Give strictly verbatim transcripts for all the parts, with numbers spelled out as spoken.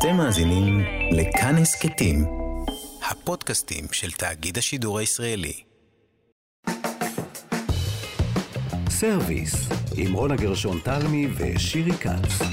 אתם מאזינים לכאן הסכתים, הפודקאסטים של תאגיד השידור הישראלי. סרוויס, עם רונה גרשון תלמי ושירי כץ.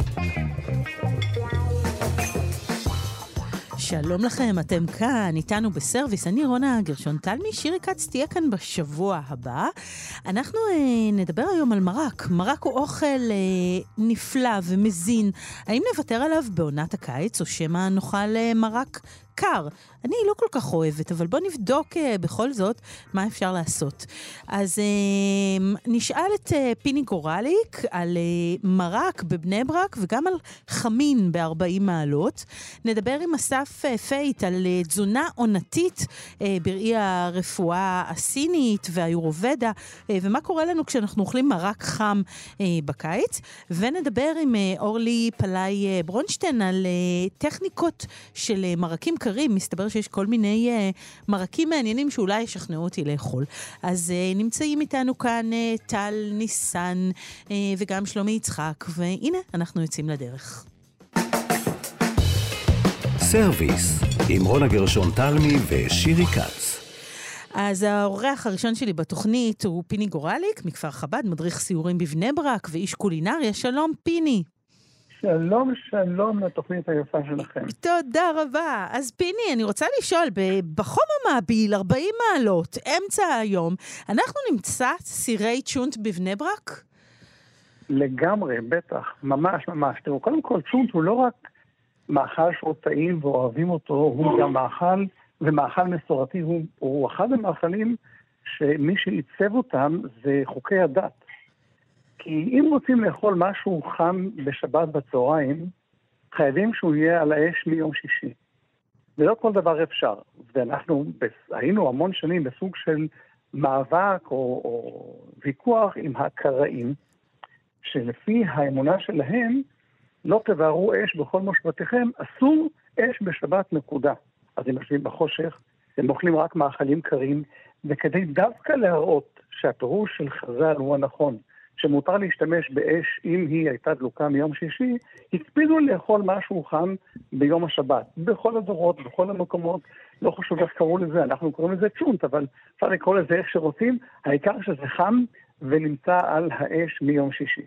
שלום לכם, אתם כאן, איתנו בסרוויס, אני רונה גרשון תלמי, שירי כץ תהיה כאן בשבוע הבא. אנחנו אה, נדבר היום על מרק. מרק הוא אוכל אה, נפלא ומזין. האם נוותר עליו בעונת הקיץ, או שמה נאכל אה, מרק קר? אני לא כל כך אוהבת, אבל בוא נבדוק uh, בכל זאת מה אפשר לעשות. אז uh, נשאל את uh, פיני גורליק על uh, מרק בבני ברק וגם על חמין ב-ארבעים מעלות. נדבר עם אסף uh, פייט על uh, תזונה עונתית uh, בראי הרפואה הסינית והיורובדה, uh, ומה קורה לנו כשאנחנו אוכלים מרק חם uh, בקיץ. ונדבר עם uh, אורלי פלאי uh, ברונשטיין על uh, טכניקות של uh, מרקים קרים. מסתבר שיש כל מיני uh, מרקים מעניינים שאולי ישכנעו אותי לאכול. אז uh, נמצאים איתנו כאן uh, טל ניסן uh, וגם שלומי יצחק, והנה אנחנו יוצאים לדרך. סרוויס, עם רונה גרשון תלמי ושירי כץ. אז האורח הראשון שלי בתוכנית הוא פיני גורליק, מכפר חב"ד, מדריך סיורים בבני ברק ואיש קולינריה. שלום פיני. שלום, שלום לתוכנית היפה שלכם. תודה רבה. אז פיני, אני רוצה לשאול, בחום המעביל, ארבעים מעלות, אמצע היום, אנחנו נמצא סירי צ'ונט בבני ברק? לגמרי, בטח, ממש ממש. תראו, קודם כל, צ'ונט הוא לא רק מאכל שהוא טעים ואוהבים אותו, הוא גם מאכל, ומאכל מסורתי, הוא, הוא אחד המאכלים שמי שעיצב אותם זה חוקי הדת. כי אם רוצים לאכול משהו חם בשבת בצהריים, חייבים שהוא יהיה על האש מיום שישי. ולא כל דבר אפשר. ואנחנו היינו המון שנים בסוג של מאבק או, או ויכוח עם הקראים, שלפי האמונה שלהם, לא תבערו אש בכל מושבותיכם, אסור אש בשבת נקודה. אז הם יושבים בחושך, הם אוכלים רק מאכלים קרים, וכדי דווקא להראות שהפירוש של חז"ל הוא הנכון, שמותר להשתמש באש אם היא הייתה דלוקה מיום שישי, הקפידו לאכול משהו חם ביום השבת. בכל הדורות, בכל המקומות, לא חשוב איך קראו לזה, אנחנו קוראים לזה צ'ונט, אבל אפשר לקרוא לזה איך שרוצים, העיקר שזה חם ונמצא על האש מיום שישי.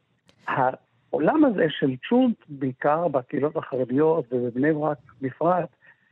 העולם הזה של צ'ונט, בעיקר בקהילות החרדיות ובבני ברק בפרט,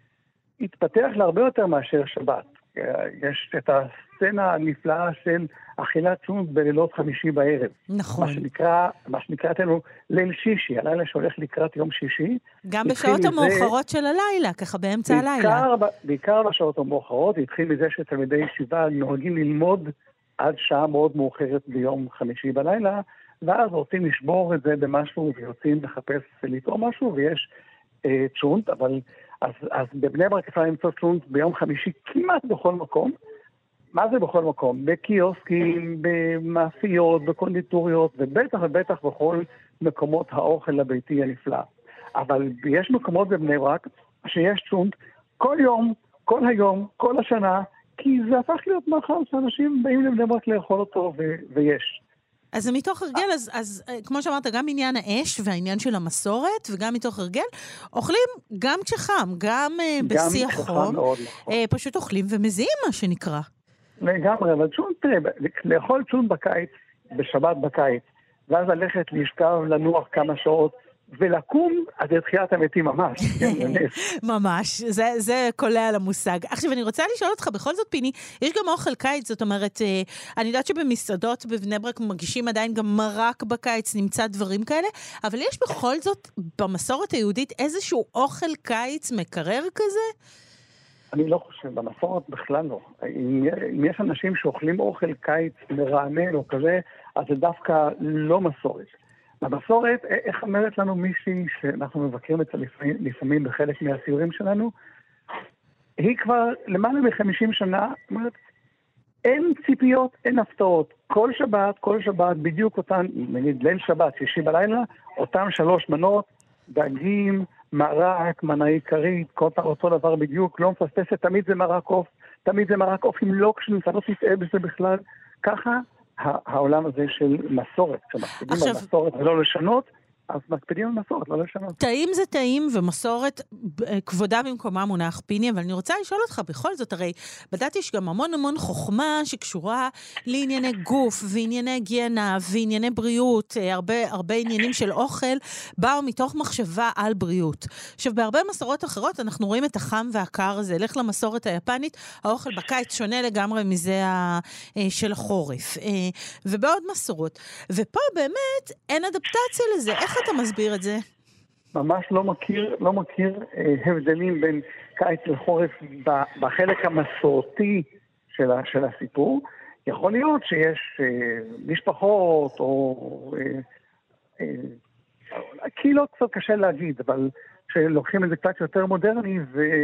התפתח להרבה יותר מאשר שבת. יש את הסצנה הנפלאה של אכילת צ'ונט בלילות חמישי בערב. נכון. מה שנקרא, מה שנקרא אתנו ליל שישי, הלילה שהולך לקראת יום שישי. גם בשעות המאוחרות של הלילה, ככה באמצע הלילה. בעיקר, בעיקר בשעות המאוחרות, התחיל מזה שתלמידי ישיבה נוהגים ללמוד עד שעה מאוד מאוחרת ביום חמישי בלילה, ואז רוצים לשבור את זה במשהו ויוצאים לחפש לטעום משהו, ויש אה, צ'ונט, אבל אז, אז בבני ברק אפשר למצוא צ'ונט ביום חמישי כמעט בכל מקום. מה זה בכל מקום? בקיוסקים, במאפיות, בקונדיטוריות, ובטח ובטח בכל מקומות האוכל הביתי הנפלא. אבל יש מקומות בבני ברק שיש צ'ונט כל יום, כל היום, כל השנה, כי זה הפך להיות מאכל שאנשים באים לבני ברק לאכול אותו ו- ויש. אז זה מתוך הרגל, אז, אז כמו שאמרת, גם עניין האש והעניין של המסורת, וגם מתוך הרגל, אוכלים גם כשחם, גם, גם בשיא החום, פשוט אוכלים ומזיעים מה שנקרא. לגמרי, אבל צ'ונט, תראה, לאכול צ'ונט בקיץ, בשבת בקיץ, ואז ללכת לשכב, לנוח כמה שעות, ולקום, אז זה תחיית המתים ממש. ממש, זה, זה קולה על המושג. עכשיו, אני רוצה לשאול אותך, בכל זאת, פיני, יש גם אוכל קיץ, זאת אומרת, אני יודעת שבמסעדות בבני ברק מגישים עדיין גם מרק בקיץ, נמצא דברים כאלה, אבל יש בכל זאת, במסורת היהודית, איזשהו אוכל קיץ מקרר כזה? אני לא חושב, במסורת בכלל לא. אם, אם יש אנשים שאוכלים אוכל קיץ מרענן או כזה, אז זה דווקא לא מסורת. במסורת, איך אומרת לנו מישהי שאנחנו מבקרים את זה לפעמים, לפעמים בחלק מהסיורים שלנו, היא כבר למעלה מ-חמישים שנה, אומרת, אין ציפיות, אין הפתעות. כל שבת, כל שבת, בדיוק אותן, נגיד ליל שבת, שישי בלילה, אותם שלוש מנות, דגים, מרק, מנה עיקרית, כל פעם אותו דבר בדיוק, לא מפספסת, תמיד זה מרק עוף, תמיד זה מרק עוף, אם לא כשנמצא, לא תתאה בזה בכלל. ככה העולם הזה של מסורת, כשמקפידים על מסורת ולא לשנות, אז מקפידים על מסורת, לא לשנות. טעים זה טעים, ומסורת כבודה במקומה מונח פיני, אבל אני רוצה לשאול אותך, בכל זאת, הרי בדעת יש גם המון המון חוכמה שקשורה לענייני גוף, וענייני היגיינה, וענייני בריאות, הרבה, הרבה עניינים של אוכל, באו מתוך מחשבה על בריאות. עכשיו, בהרבה מסורות אחרות, אנחנו רואים את החם והקר הזה, לך למסורת היפנית, האוכל בקיץ שונה לגמרי מזה של החורף, ובעוד מסורות. ופה באמת אין אדפטציה לזה. איך אתה מסביר את זה? ממש לא מכיר, לא מכיר אה, הבדלים בין קיץ לחורף בחלק המסורתי של, ה, של הסיפור. יכול להיות שיש אה, משפחות או אה, אה, קהילות קצת קשה להגיד, אבל שלוקחים את זה קצת יותר מודרני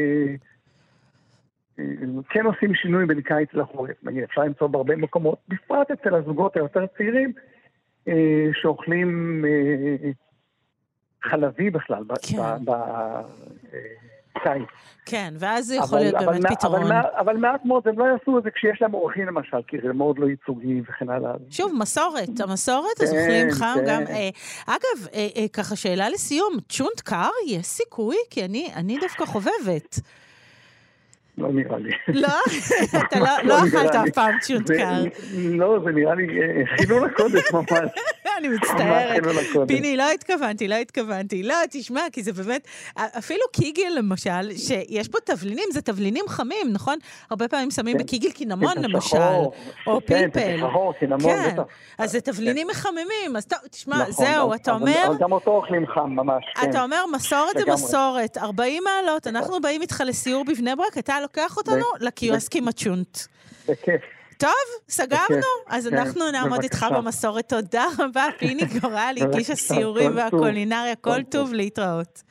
וכן עושים שינוי בין קיץ לחורף. נגיד, אפשר למצוא בהרבה מקומות, בפרט אצל הזוגות היותר צעירים, אה, שאוכלים אה, חלבי בכלל בקיץ. כן, ואז זה יכול להיות באמת פתרון. אבל מעט מאוד, הם לא יעשו את זה כשיש להם אורחים למשל, כי זה מאוד לא ייצוגי וכן הלאה. שוב, מסורת, המסורת, אז אוכלים חם גם. אגב, ככה שאלה לסיום, צ'ונט קר, יש סיכוי? כי אני דווקא חובבת. לא נראה לי. לא? אתה לא אכלת אף פעם צ'ונט קר. לא, זה נראה לי חילול הקודש ממש. אני מצטערת. פיני, לא התכוונתי, לא התכוונתי. לא, תשמע, כי זה באמת, אפילו קיגל למשל, שיש פה תבלינים, זה תבלינים חמים, נכון? הרבה פעמים שמים בקיגל קינמון למשל, או פלפל. כן, אז זה תבלינים מחממים, אז תשמע, זהו, אתה אומר... גם אותו אוכלים חם ממש. אתה אומר, מסורת זה מסורת, ארבעים מעלות, אנחנו באים איתך לסיור בבני ברק, אתה לוקח אותנו לקיוסק עם הצ'ונט. בכיף. טוב, סגרנו, אז אנחנו נעמוד איתך במסורת. תודה רבה, פיני גורל, איש הסיורים והקולינריה, כל טוב להתראות.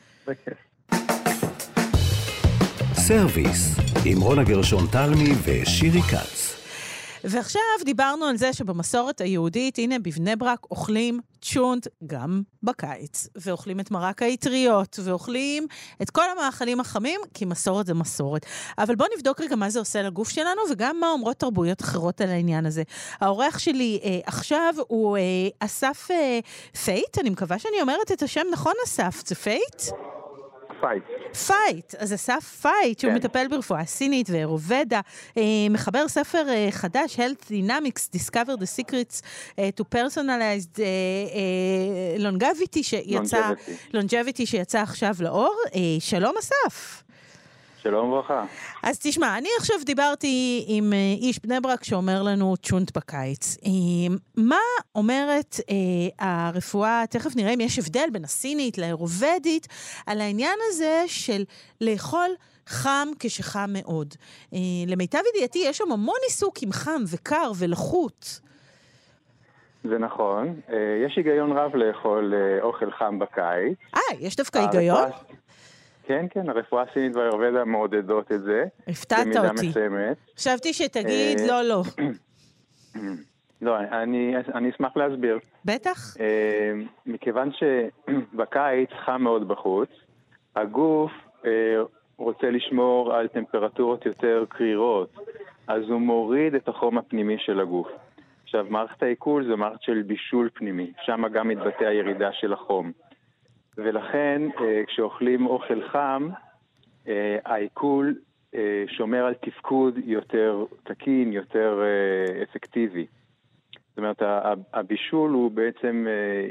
סרוויס, עם רונה גרשון תלמי ושירי כץ. ועכשיו דיברנו על זה שבמסורת היהודית, הנה בבני ברק אוכלים צ'ונט גם בקיץ, ואוכלים את מרק האטריות, ואוכלים את כל המאכלים החמים, כי מסורת זה מסורת. אבל בואו נבדוק רגע מה זה עושה לגוף שלנו, וגם מה אומרות תרבויות אחרות על העניין הזה. האורח שלי אה, עכשיו הוא אה, אסף אה, פייט, אני מקווה שאני אומרת את השם נכון אסף, זה פייט? פייט. פייט, אז אסף פייט, שהוא מטפל ברפואה סינית ואירובדה, מחבר ספר חדש, Health Dynamics, Discover the Secrets to Personalized Longevity, שיצא, Longevity שיצא עכשיו לאור. שלום אסף. שלום וברכה. אז תשמע, אני עכשיו דיברתי עם איש בני ברק שאומר לנו צ'ונט בקיץ. מה אומרת הרפואה, תכף נראה אם יש הבדל בין הסינית לאירובדית, על העניין הזה של לאכול חם כשחם מאוד. למיטב ידיעתי יש שם המון עיסוק עם חם וקר ולחות. זה נכון. יש היגיון רב לאכול אוכל חם בקיץ. אה, יש דווקא היגיון? כן, כן, הרפואה הסינית והאירובדה מעודדות את זה. הפתעת אותי. מסוימת. חשבתי שתגיד לא, לא. לא, אני, אני אשמח להסביר. בטח. מכיוון שבקיץ חם מאוד בחוץ, הגוף רוצה לשמור על טמפרטורות יותר קרירות, אז הוא מוריד את החום הפנימי של הגוף. עכשיו, מערכת העיכול זה מערכת של בישול פנימי, שם גם מתבטא הירידה של החום. ולכן, כשאוכלים אוכל חם, העיכול שומר על תפקוד יותר תקין, יותר אפקטיבי. זאת אומרת, הבישול הוא בעצם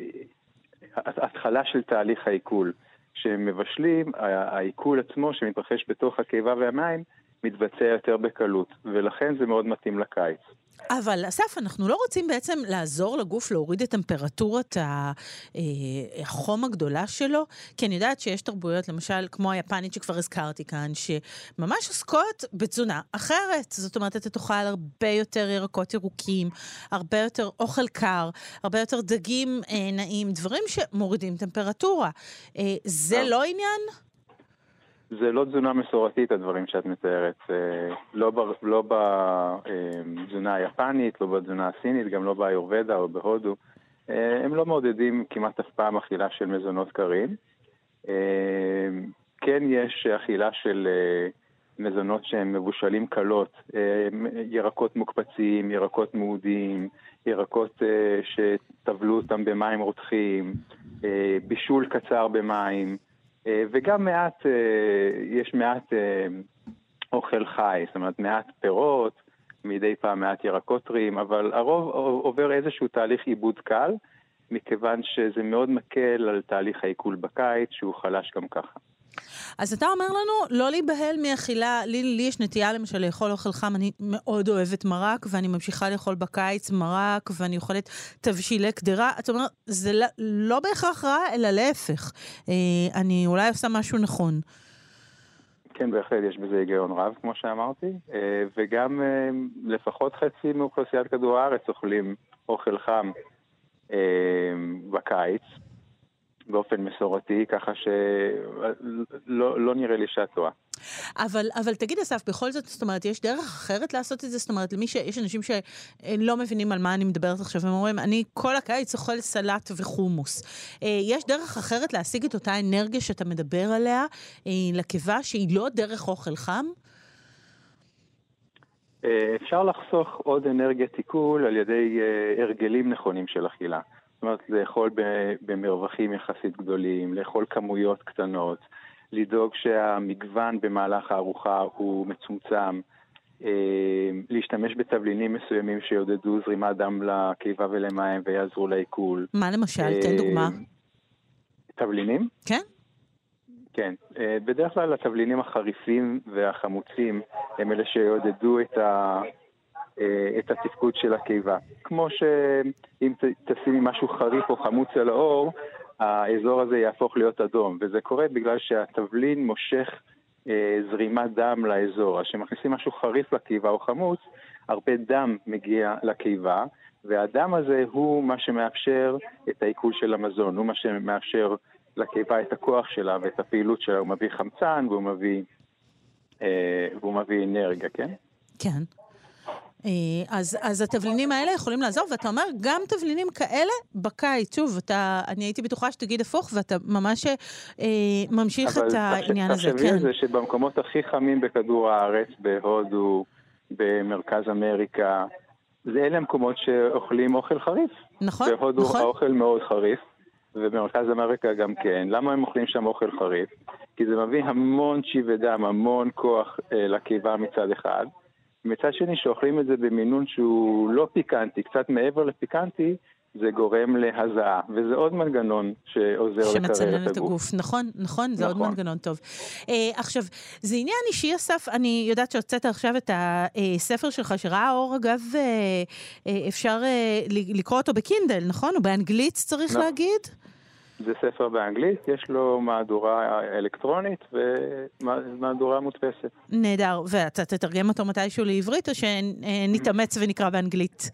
התחלה של תהליך העיכול. כשמבשלים, העיכול עצמו שמתרחש בתוך הקיבה והמים, מתבצע יותר בקלות, ולכן זה מאוד מתאים לקיץ. אבל אסף, אנחנו לא רוצים בעצם לעזור לגוף להוריד את טמפרטורת החום הגדולה שלו, כי אני יודעת שיש תרבויות, למשל כמו היפנית שכבר הזכרתי כאן, שממש עוסקות בתזונה אחרת. זאת אומרת, אתה תאכל הרבה יותר ירקות ירוקים, הרבה יותר אוכל קר, הרבה יותר דגים נעים, דברים שמורידים טמפרטורה. זה לא עניין? זה לא תזונה מסורתית, הדברים שאת מתארת. לא, ב, לא בתזונה היפנית, לא בתזונה הסינית, גם לא באיורבדה או בהודו. הם לא מעודדים כמעט אף פעם אכילה של מזונות קרים. כן יש אכילה של מזונות שהם מבושלים קלות, ירקות מוקפצים, ירקות מעודים, ירקות שטבלו אותם במים רותחים, בישול קצר במים, וגם מעט, יש מעט אוכל חי, זאת אומרת מעט פירות, מדי פעם מעט ירקות טריים, אבל הרוב עובר איזשהו תהליך עיבוד קל, מכיוון שזה מאוד מקל על תהליך העיכול בקיץ, שהוא חלש גם ככה. אז אתה אומר לנו, לא להיבהל מאכילה, לי, לי יש נטייה למשל לאכול אוכל חם, אני מאוד אוהבת מרק, ואני ממשיכה לאכול בקיץ מרק, ואני אוכלת תבשילי קדרה. אתה אומר, זה לא, לא בהכרח רע, אלא להפך. אה, אני אולי עושה משהו נכון. כן, בהחלט יש בזה היגיון רב, כמו שאמרתי, אה, וגם אה, לפחות חצי מאוכלוסיית כדור הארץ אוכלים אוכל חם אה, בקיץ, באופן מסורתי, ככה שלא לא נראה לי שאת טועה. אבל, אבל תגיד אסף, בכל זאת, זאת אומרת, יש דרך אחרת לעשות את זה? זאת אומרת, למי ש... יש אנשים שלא מבינים על מה אני מדברת עכשיו, הם אומרים, אני כל הקיץ אוכל סלט וחומוס. יש דרך אחרת להשיג את אותה אנרגיה שאתה מדבר עליה, לקיבה שהיא לא דרך אוכל חם? אפשר לחסוך עוד אנרגיית עיכול על ידי הרגלים נכונים של אכילה. זאת אומרת, לאכול במרווחים יחסית גדולים, לאכול כמויות קטנות, לדאוג שהמגוון במהלך הארוחה הוא מצומצם, להשתמש בתבלינים מסוימים שיודדו זרימת דם לקיבה ולמים ויעזרו לעיכול. מה למשל? תן דוגמה. תבלינים? כן. כן. בדרך כלל התבלינים החריפים והחמוצים הם אלה שיודדו את ה... את התפקוד של הקיבה. כמו שאם תשימי משהו חריף או חמוץ על האור, האזור הזה יהפוך להיות אדום, וזה קורה בגלל שהתבלין מושך אה, זרימת דם לאזור. אז כשמכניסים משהו חריף לקיבה או חמוץ, הרבה דם מגיע לקיבה, והדם הזה הוא מה שמאפשר את העיכול של המזון, הוא מה שמאפשר לקיבה את הכוח שלה ואת הפעילות שלה, הוא מביא חמצן והוא מביא, אה, והוא מביא אנרגיה, כן? כן. אז, אז התבלינים האלה יכולים לעזור, ואתה אומר, גם תבלינים כאלה בקיץ, שוב, אתה, אני הייתי בטוחה שתגיד הפוך, ואתה ממש אה, ממשיך את העניין הזה. אבל תחשבי על זה שבמקומות הכי חמים בכדור הארץ, בהודו, במרכז אמריקה, זה אלה המקומות שאוכלים אוכל חריף. נכון, בהודו נכון. האוכל מאוד חריף, ובמרכז אמריקה גם כן. למה הם אוכלים שם אוכל חריף? כי זה מביא המון שיבי דם, המון כוח אה, לקיבה מצד אחד, מצד שני, שאוכלים את זה במינון שהוא לא פיקנטי, קצת מעבר לפיקנטי, זה גורם להזעה, וזה עוד מנגנון שעוזר לקרר את הגוף. שמצנן את הגוף, נכון, נכון, זה נכון. עוד מנגנון טוב. Uh, עכשיו, זה עניין אישי אסף, אני יודעת שהוצאת עכשיו את הספר שלך, שראה אור, אגב, uh, uh, אפשר uh, לקרוא אותו בקינדל, נכון? או באנגלית צריך נכון. להגיד? זה ספר באנגלית, יש לו מהדורה אלקטרונית ומהדורה מודפסת. נהדר, ואתה תתרגם אותו מתישהו לעברית, או שנתאמץ ונקרא באנגלית?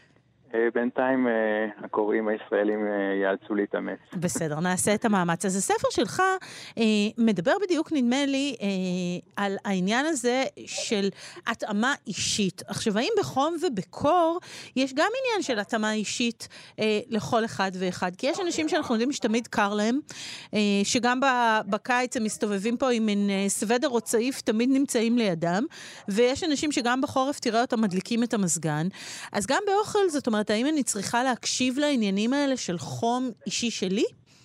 בינתיים הקוראים הישראלים יאלצו להתאמץ. בסדר, נעשה את המאמץ. אז הספר שלך אה, מדבר בדיוק, נדמה לי, אה, על העניין הזה של התאמה אישית. עכשיו, האם בחום ובקור יש גם עניין של התאמה אישית אה, לכל אחד ואחד? כי יש אנשים שאנחנו יודעים שתמיד קר להם, אה, שגם בקיץ הם מסתובבים פה עם מין אה, סוודר או צעיף, תמיד נמצאים לידם, ויש אנשים שגם בחורף תראה אותם מדליקים את המזגן. אז גם באוכל, זאת אומרת, האם אני צריכה להקשיב לעניינים האלה של חום אישי שלי?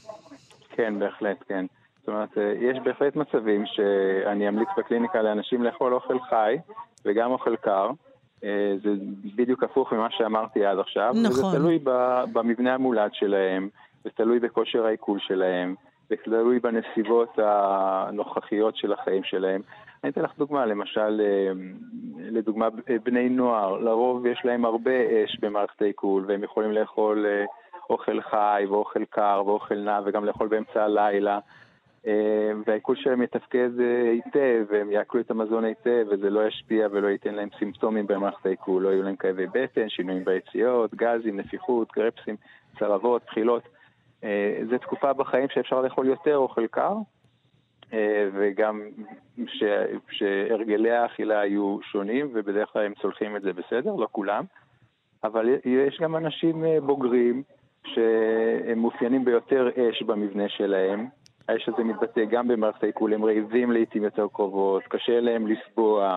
כן, בהחלט, כן. זאת אומרת, יש בהחלט מצבים שאני אמליץ בקליניקה לאנשים לאכול אוכל חי וגם אוכל קר. זה בדיוק הפוך ממה שאמרתי עד עכשיו. נכון. וזה תלוי במבנה המולד שלהם, זה תלוי בכושר העיכול שלהם, זה תלוי בנסיבות הנוכחיות של החיים שלהם. אני אתן לך דוגמה, למשל, לדוגמה, בני נוער, לרוב יש להם הרבה אש במערכת העיכול, והם יכולים לאכול אוכל חי ואוכל קר ואוכל נע, וגם לאכול באמצע הלילה, והעיכול שלהם יתפקד היטב, והם יעכלו את המזון היטב, וזה לא ישפיע ולא ייתן להם סימפטומים במערכת העיכול, לא יהיו להם כאבי בטן, שינויים ביציאות, גזים, נפיחות, גרפסים, צרבות, בחילות. זו תקופה בחיים שאפשר לאכול יותר אוכל קר, וגם ש... שהרגלי האכילה היו שונים, ובדרך כלל הם צולחים את זה בסדר, לא כולם. אבל יש גם אנשים בוגרים שהם מאופיינים ביותר אש במבנה שלהם. האש הזה מתבטא גם במערכת העיכול, הם רעבים לעתים יותר קרובות, קשה להם לסבוע,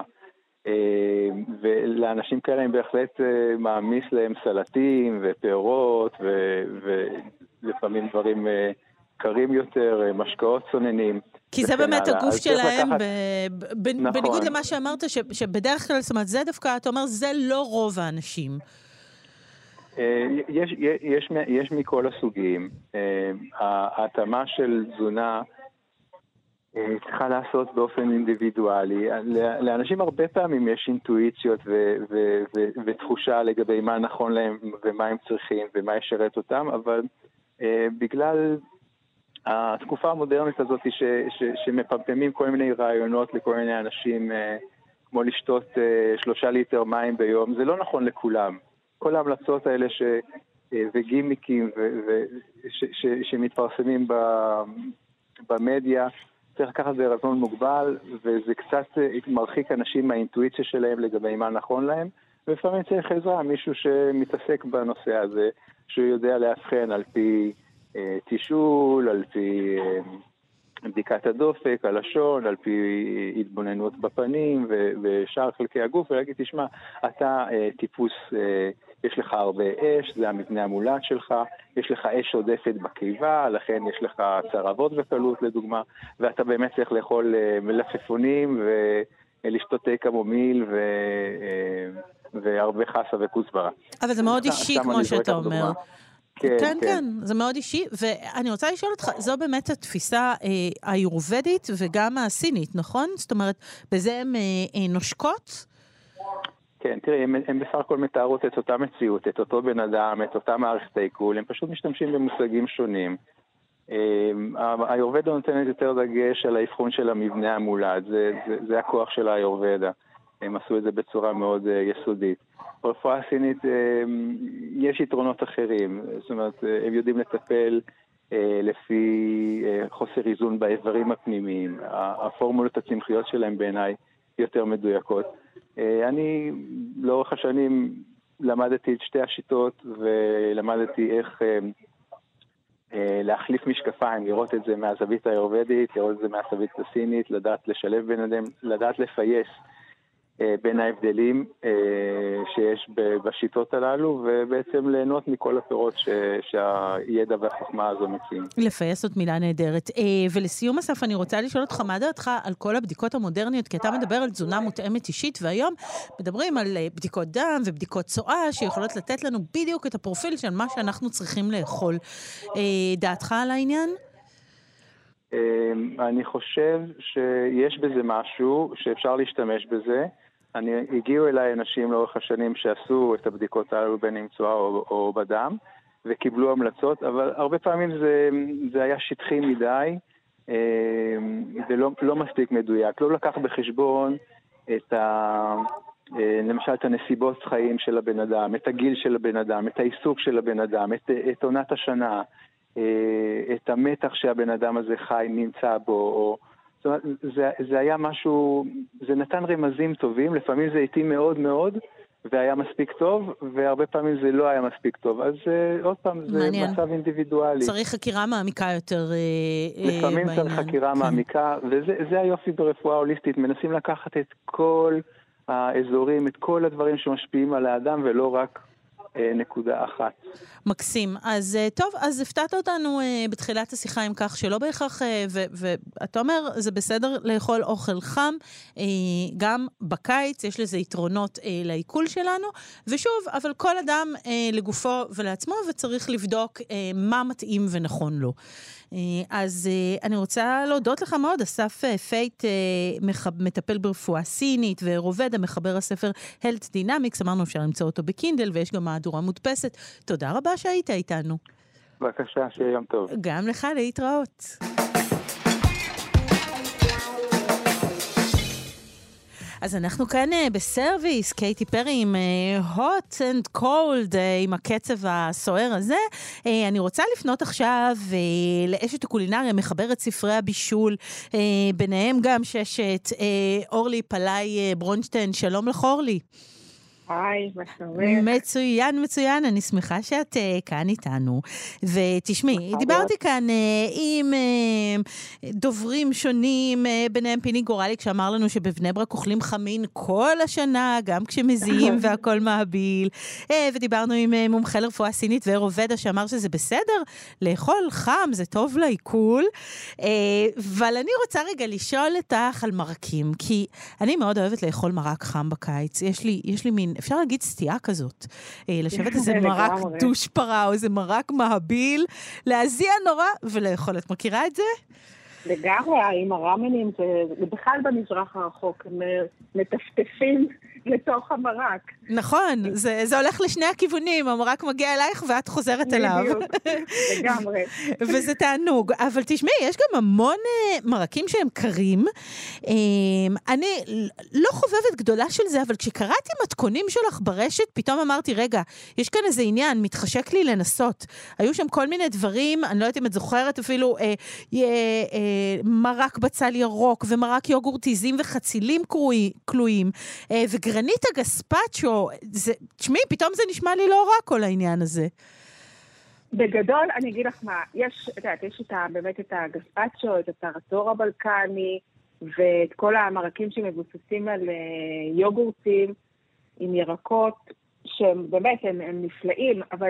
ולאנשים כאלה הם בהחלט מעמיס להם סלטים ופירות, ו... לפעמים דברים קרים יותר, משקאות צוננים. כי זה באמת הגוף שלהם, בניגוד למה שאמרת, שבדרך כלל, זאת אומרת, זה דווקא, אתה אומר, זה לא רוב האנשים. יש, יש, יש מכל הסוגים. ההתאמה של תזונה צריכה לעשות באופן אינדיבידואלי. לאנשים הרבה פעמים יש אינטואיציות ו- ו- ו- ותחושה לגבי מה נכון להם ומה הם צריכים ומה ישרת אותם, אבל בגלל התקופה המודרנית הזאת ש, ש, שמפמפמים כל מיני רעיונות לכל מיני אנשים, כמו לשתות שלושה ליטר מים ביום, זה לא נכון לכולם. כל ההמלצות האלה ש, וגימיקים ו, ו, ש, ש, שמתפרסמים ב, במדיה, צריך לקחת ברזון מוגבל, וזה קצת מרחיק אנשים מהאינטואיציה שלהם לגבי מה נכון להם, ולפעמים צריך עזרה, מישהו שמתעסק בנושא הזה, שהוא יודע להבחן על פי תישול, על פי בדיקת הדופק, הלשון, על פי התבוננות בפנים ושאר חלקי הגוף, ולהגיד, תשמע, אתה טיפוס, יש לך הרבה אש, זה המבנה המולד שלך, יש לך אש עודפת בקיבה, לכן יש לך צרבות וקלות לדוגמה, ואתה באמת צריך לאכול מלפפונים ולשתות תה קמומיל ו... והרבה חסה וכוסברה. אבל זה מאוד אישי, כמו שאתה אומר. כן, כן, כן, זה מאוד אישי, ואני רוצה לשאול אותך, זו באמת התפיסה האיורבדית וגם הסינית, נכון? זאת אומרת, בזה הן נושקות? כן, תראי, הן בסך הכל מתארות את אותה מציאות, את אותו בן אדם, את אותה מערכת העיכול, הם פשוט משתמשים במושגים שונים. האיורבדה נותנת יותר דגש על האבחון של המבנה המולד, זה, זה, זה הכוח של האיורבדה. הם עשו את זה בצורה מאוד יסודית. ברפואה הסינית יש יתרונות אחרים, זאת אומרת, הם יודעים לטפל לפי חוסר איזון באיברים הפנימיים, הפורמולות הצמחיות שלהם בעיניי יותר מדויקות. אני לאורך השנים למדתי את שתי השיטות ולמדתי איך להחליף משקפיים, לראות את זה מהזווית האיורבדית, לראות את זה מהזווית הסינית, לדעת לשלב ביניהם, לדעת לפייס בין ההבדלים שיש בשיטות הללו, ובעצם ליהנות מכל הפירות שהידע והחוכמה הזו מציעים. לפייס זאת מילה נהדרת. ולסיום אסף, אני רוצה לשאול אותך, מה דעתך על כל הבדיקות המודרניות, כי אתה מדבר על תזונה מותאמת אישית, והיום מדברים על בדיקות דם ובדיקות צואה, שיכולות לתת לנו בדיוק את הפרופיל של מה שאנחנו צריכים לאכול. דעתך על העניין? אני חושב שיש בזה משהו שאפשר להשתמש בזה. אני, הגיעו אליי אנשים לאורך השנים שעשו את הבדיקות האלו בין עם צואה או, או בדם, וקיבלו המלצות, אבל הרבה פעמים זה, זה היה שטחי מדי, ולא לא מספיק מדויק. לא לקח בחשבון את ה, למשל את הנסיבות חיים של הבן אדם, את הגיל של הבן אדם, את העיסוק של הבן אדם, את, את עונת השנה, את המתח שהבן אדם הזה חי נמצא בו, או זאת אומרת, זה, זה היה משהו, זה נתן רמזים טובים, לפעמים זה איטי מאוד מאוד, והיה מספיק טוב, והרבה פעמים זה לא היה מספיק טוב. אז עוד פעם, זה מעניין. מצב אינדיבידואלי. צריך חקירה מעמיקה יותר לפעמים בעניין. צריך חקירה כן. מעמיקה, וזה היופי ברפואה הוליסטית, מנסים לקחת את כל האזורים, את כל הדברים שמשפיעים על האדם, ולא רק נקודה אחת. מקסים. אז טוב, אז הפתעת אותנו בתחילת השיחה עם כך שלא בהכרח, ואתה אומר, זה בסדר לאכול אוכל חם, גם בקיץ יש לזה יתרונות לעיכול שלנו, ושוב, אבל כל אדם לגופו ולעצמו, וצריך לבדוק מה מתאים ונכון לו. אז אני רוצה להודות לך מאוד, אסף פייט מטפל ברפואה סינית ואיורבדה, מחבר הספר Health Dynamics, אמרנו אפשר למצוא אותו בקינדל ויש גם מהדורה מודפסת. תודה רבה שהיית איתנו. בבקשה, שיהיה יום טוב. גם לך, להתראות. אז אנחנו כאן בסרוויס, קייטי פרי עם hot and cold, עם הקצב הסוער הזה. אני רוצה לפנות עכשיו לאשת הקולינריה, מחברת ספרי הבישול, ביניהם גם ששת אורלי פלאי ברונשטיין. שלום לך אורלי. היי, מה שלומך? מצוין, מצוין, אני שמחה שאת uh, כאן איתנו. ותשמעי, דיברתי כאן uh, עם uh, דוברים שונים, uh, ביניהם פיני גורליק, שאמר לנו שבבני ברק אוכלים חמין כל השנה, גם כשמזיעים והכל מעביל. Uh, ודיברנו עם uh, מומחה לרפואה סינית ורובדה, שאמר שזה בסדר, לאכול חם, זה טוב לעיכול. Uh, אבל אני רוצה רגע לשאול אותך על מרקים, כי אני מאוד אוהבת לאכול מרק חם בקיץ. יש לי, יש לי מין, אפשר להגיד סטייה כזאת, לשבת איזה מרק דוש פרה או איזה מרק מהביל, להזיע נורא ולאכול. את מכירה את זה? לגמרי, עם הרמנים, זה בכלל במזרח הרחוק, הם מטפטפים לתוך המרק. נכון, זה, זה הולך לשני הכיוונים, המרק מגיע אלייך ואת חוזרת אליו. לגמרי. וזה תענוג. אבל תשמעי, יש גם המון uh, מרקים שהם קרים. Um, אני לא חובבת גדולה של זה, אבל כשקראתי מתכונים שלך ברשת, פתאום אמרתי, רגע, יש כאן איזה עניין, מתחשק לי לנסות. היו שם כל מיני דברים, אני לא יודעת אם את זוכרת אפילו, uh, uh, uh, מרק בצל ירוק, ומרק יוגורט עיזים וחצילים קלויים, uh, וגרנית הגספצ'ו, זה, תשמעי, פתאום זה נשמע לי לא רע כל העניין הזה. בגדול, אני אגיד לך מה, יש, את יודעת, יש את ה, באמת את הגספצ'ו, את הטרטור הבלקני, ואת כל המרקים שמבוססים על uh, יוגורטים עם ירקות, שהם באמת, הם, הם נפלאים, אבל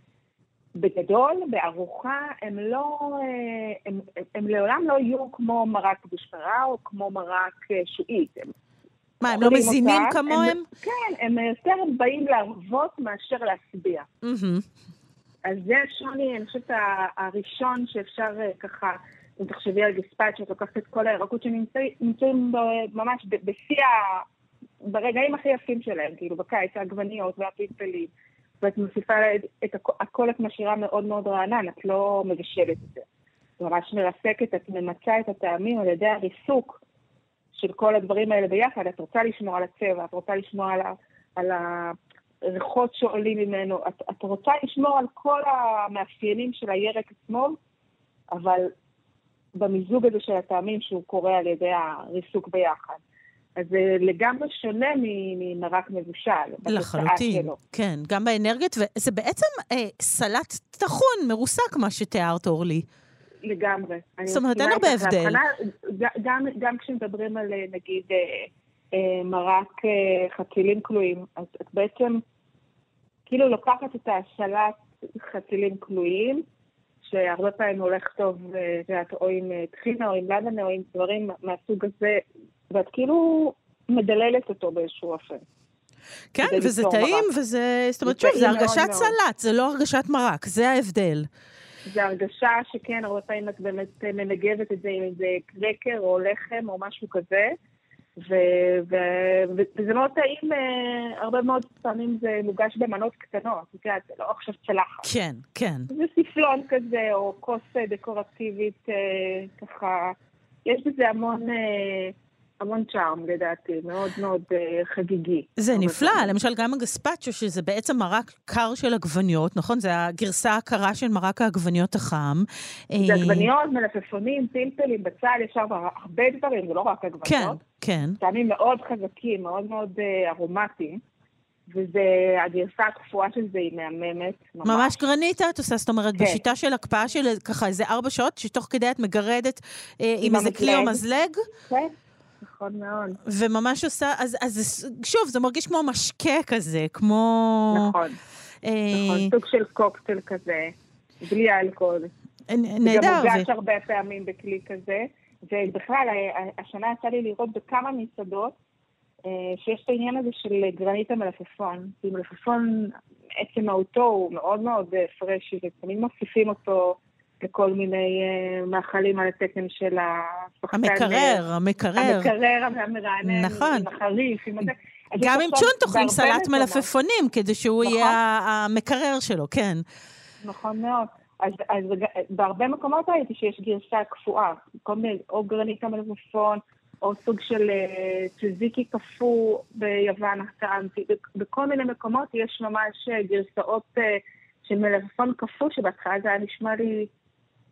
בגדול, בארוחה, הם לא, הם, הם, הם לעולם לא יהיו כמו מרק בשפרה, או כמו מרק שועית. הם מה, הם לא מזינים אותה, כמוהם? הם, כן, הם יותר באים להרוות מאשר להשביע. Mm-hmm. אז זה שוני, אני חושבת, הראשון שאפשר ככה, אם תחשבי על גספת, שאת לוקחת את כל הירקות שנמצאים ממש בשיא, ברגעים הכי יפים שלהם, כאילו בקיץ, העגבניות והפלפלים, ואת מוסיפה את הכל, את משאירה מאוד מאוד רענן, את לא מבשלת את זה. ממש מרסקת, את ממצה את הטעמים על ידי הריסוק של כל הדברים האלה ביחד. את רוצה לשמור על הצבע, את רוצה לשמור על, ה, על הריחות שעולים ממנו, את, את רוצה לשמור על כל המאפיינים של הירק עצמו, אבל במיזוג הזה של הטעמים שהוא קורה על ידי הריסוק ביחד. אז זה לגמרי שונה ממרק מבושל. לחלוטין, כן, גם באנרגיות, וזה בעצם אה, סלט טחון, מרוסק, מה שתיארת, אורלי. לגמרי. זאת אומרת, אין הרבה הבדל. גם, גם כשמדברים על, נגיד, אה, אה, מרק אה, חצילים כלואים, אז את בעצם כאילו לוקחת את הסלט חצילים כלואים, שהרבה פעמים הולך טוב, ואת או עם טחינה, או עם לבנה, או עם דברים מהסוג הזה, ואת כאילו מדללת אותו באיזשהו אופן. כן, וזה טעים, וזה, זאת אומרת, שוב, זה הרגשת סלט, זה לא הרגשת מרק, זה ההבדל. זה הרגשה שכן, הרבה פעמים את באמת מנגבת את זה עם איזה קרקר או לחם או משהו כזה, וזה מאוד טעים, הרבה מאוד פעמים זה מוגש במנות קטנות, זה לא עכשיו צלחת. כן, כן. זה ספלון כזה, או כוס דקורטיבית, ככה, יש בזה המון... המון צ'ארם, לדעתי, מאוד מאוד חגיגי. זה נפלא, למשל גם הגספצ'ו, שזה בעצם מרק קר של עגבניות, נכון? זה הגרסה הקרה של מרק העגבניות החם. זה עגבניות, מלפפונים, פלפלים, בצל, ישר הרבה דברים, זה לא רק עגבניות. כן, כן. טעמים מאוד חזקים, מאוד מאוד ארומטיים, וזה, הגרסה הקפואה של זה היא מהממת. ממש, ממש גרניטה, את עושה, זאת אומרת, כן. בשיטה של הקפאה של ככה איזה ארבע שעות, שתוך כדי את מגרדת עם, עם איזה כלי או מזלג. כן. נכון מאוד. וממש עושה, אז, אז שוב, זה מרגיש כמו משקה כזה, כמו... נכון, אה... נכון, סוג של קוקטייל כזה, בלי אלכוהול. נהדר. זה גם מוגש ו... הרבה פעמים בכלי כזה, ובכלל, השנה יצא לי לראות בכמה מסעדות, שיש את העניין הזה של גרנית המלפפון. כי מלפפון, עצם מהותו הוא מאוד מאוד פרשי, ותמיד מוסיפים אותו לכל מיני uh, מאכלים על התקן של השחקן. המקרר, המקרר. המקרר המרענן, נכון. עם החריף, עם הזה. גם עם צ'ון תאכלים סלט מלפפונים, כדי שהוא נכון. יהיה המקרר שלו, כן. נכון מאוד. אז, אז בהרבה מקומות ראיתי שיש גרסה קפואה, כל מיני, או גרנית המלפפון, או סוג של צזיקי קפוא ביוון, טעמתי. בכל מיני מקומות יש ממש גרסאות של מלפפון קפוא, שבהתחלה זה היה נשמע לי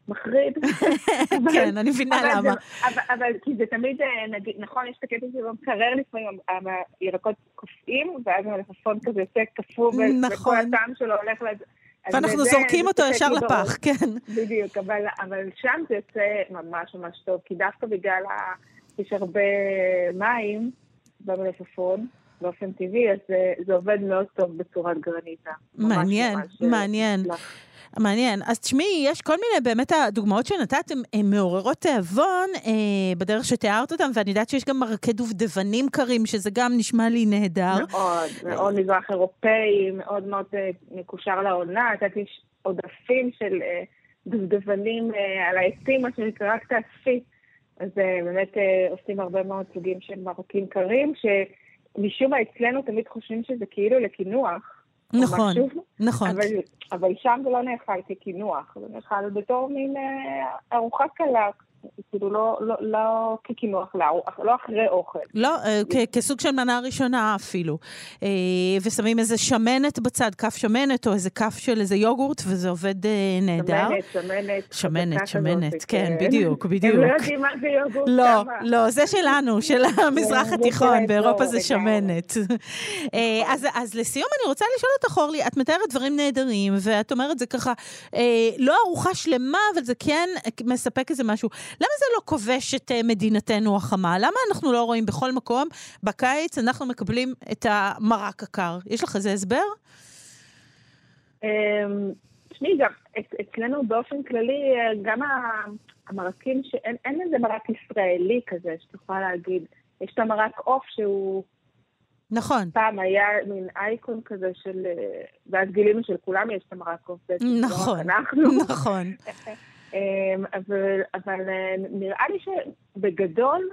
מחריד. כן, אני מבינה למה. אבל כי זה תמיד, נכון, יש את הקטע שזה מקרר לפעמים, הירקות קופאים, ואז המלפפון כזה יוצא קפוא, וכל הטעם שלו הולך לזה. ואנחנו זורקים אותו ישר לפח, כן. בדיוק, אבל שם זה יוצא ממש ממש טוב, כי דווקא בגלל יש הרבה מים במלפפון, באופן טבעי, אז זה עובד מאוד טוב בצורת גרניטה. מעניין, מעניין. מעניין. אז תשמעי, יש כל מיני, באמת הדוגמאות שנתת, הן מעוררות תיאבון אה, בדרך שתיארת אותם, ואני יודעת שיש גם מרקי דובדבנים קרים, שזה גם נשמע לי נהדר. מאוד, מאוד מזרח אירופאי, מאוד מאוד אה, מקושר לעונה, נתתי עודפים של אה, דובדבנים אה, על העצים, מה שנקרא רק תאספי. אז אה, באמת אה, עושים הרבה מאוד סוגים של מרקים קרים, שמשום מה אצלנו תמיד חושבים שזה כאילו לקינוח, נכון, נכון. אבל, אבל שם זה לא נאכל כקינוח, זה נאכל בתור מין אה, ארוחה קלה, כאילו לא, לא, לא כקינוח, לא, לא אחרי אוכל. לא, אה, כ- כסוג של מנה ראשונה אפילו. אה, ושמים איזה שמנת בצד, כף שמנת, או איזה כף של איזה יוגורט, וזה עובד אה, נהדר. שמנת, שמנת. שמנת, שמנת, כן, בדיוק, בדיוק. הם לא יודעים מה זה יוגורט. לא, לא, זה שלנו, של המזרח התיכון, באירופה זה שמנת. אז, אז לסיום אני רוצה לשאול אותך, אורלי, את מתארת דברים נהדרים, ואת אומרת זה ככה, לא ארוחה שלמה, אבל זה כן מספק איזה משהו. למה זה לא כובש את מדינתנו החמה? למה אנחנו לא רואים בכל מקום, בקיץ אנחנו מקבלים את המרק הקר? יש לך איזה הסבר? תשמעי, גם אצלנו באופן כללי, גם המרקים, אין איזה מרק ישראלי כזה, שתוכל להגיד, יש את המרק אוף שהוא... נכון. פעם היה מין אייקון כזה של... ואז גילינו של כולם יש את המרק אוף. נכון, נכון. אבל, אבל נראה לי שבגדול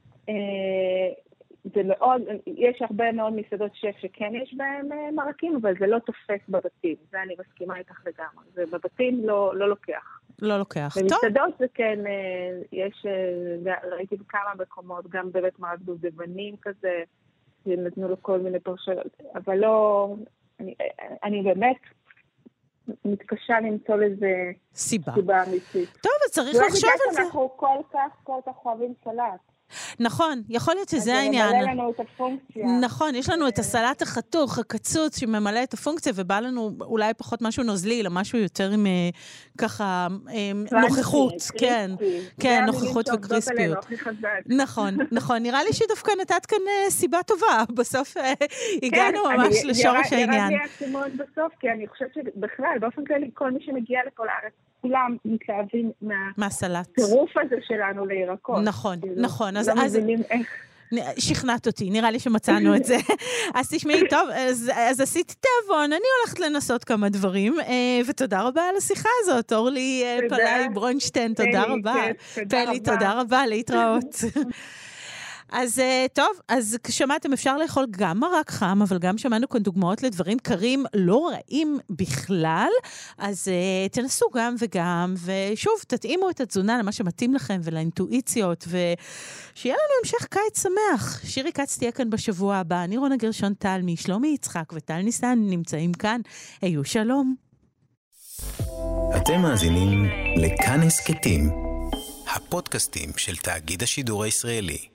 זה מאוד, יש הרבה מאוד מסעדות שף שכן יש בהם מרקים, אבל זה לא תופס בבתים, זה אני מסכימה איתך לגמרי, זה בבתים לא, לא לוקח. לא לוקח, טוב. במסעדות זה כן, יש, ראיתי בכמה מקומות, גם באמת מרק דובדבנים כזה, שנתנו לו כל מיני פרשיות, אבל לא, אני, אני באמת מתקשה למצוא לזה סיבה. סיבה אמיתית. טוב, אז צריך לחשוב על זה. אנחנו כל כך, כל כך אוהבים סלט. נכון, יכול להיות שזה העניין. זה ממלא לנו את הפונקציה. נכון, יש לנו את הסלט החתוך, הקצוץ, שממלא את הפונקציה, ובא לנו אולי פחות משהו נוזלי, אלא משהו יותר עם ככה נוכחות. כן, כן, נוכחות וקריספיות. נכון, נכון. נראה לי שדווקא נתת כאן סיבה טובה. בסוף הגענו ממש לשורש העניין. ירד לי הסימון בסוף, כי אני חושבת שבכלל, באופן כללי, כל מי שמגיע לכל הארץ, כולם מתלהבים מהטירוף הזה שלנו לירקות. נכון, נכון. לא מבינים איך. שכנעת אותי, נראה לי שמצאנו את זה. אז תשמעי, טוב, אז, אז עשיתי תיאבון, אני הולכת לנסות כמה דברים, ותודה רבה על השיחה הזאת, אורלי פלאי ברונשטיין, תודה רבה. פלי, תודה רבה, להתראות. אז טוב, אז שמעתם, אפשר לאכול גם מרק חם, אבל גם שמענו כאן דוגמאות לדברים קרים לא רעים בכלל, אז uh, תנסו גם וגם, ושוב, תתאימו את התזונה למה שמתאים לכם ולאינטואיציות, ושיהיה לנו המשך קיץ שמח. שירי כץ תהיה כאן בשבוע הבא, אני רונה גרשון תלמי, שלומי יצחק וטל ניסן נמצאים כאן, היו שלום. אתם מאזינים לכאן הסכתים, הפודקאסטים של תאגיד השידור הישראלי.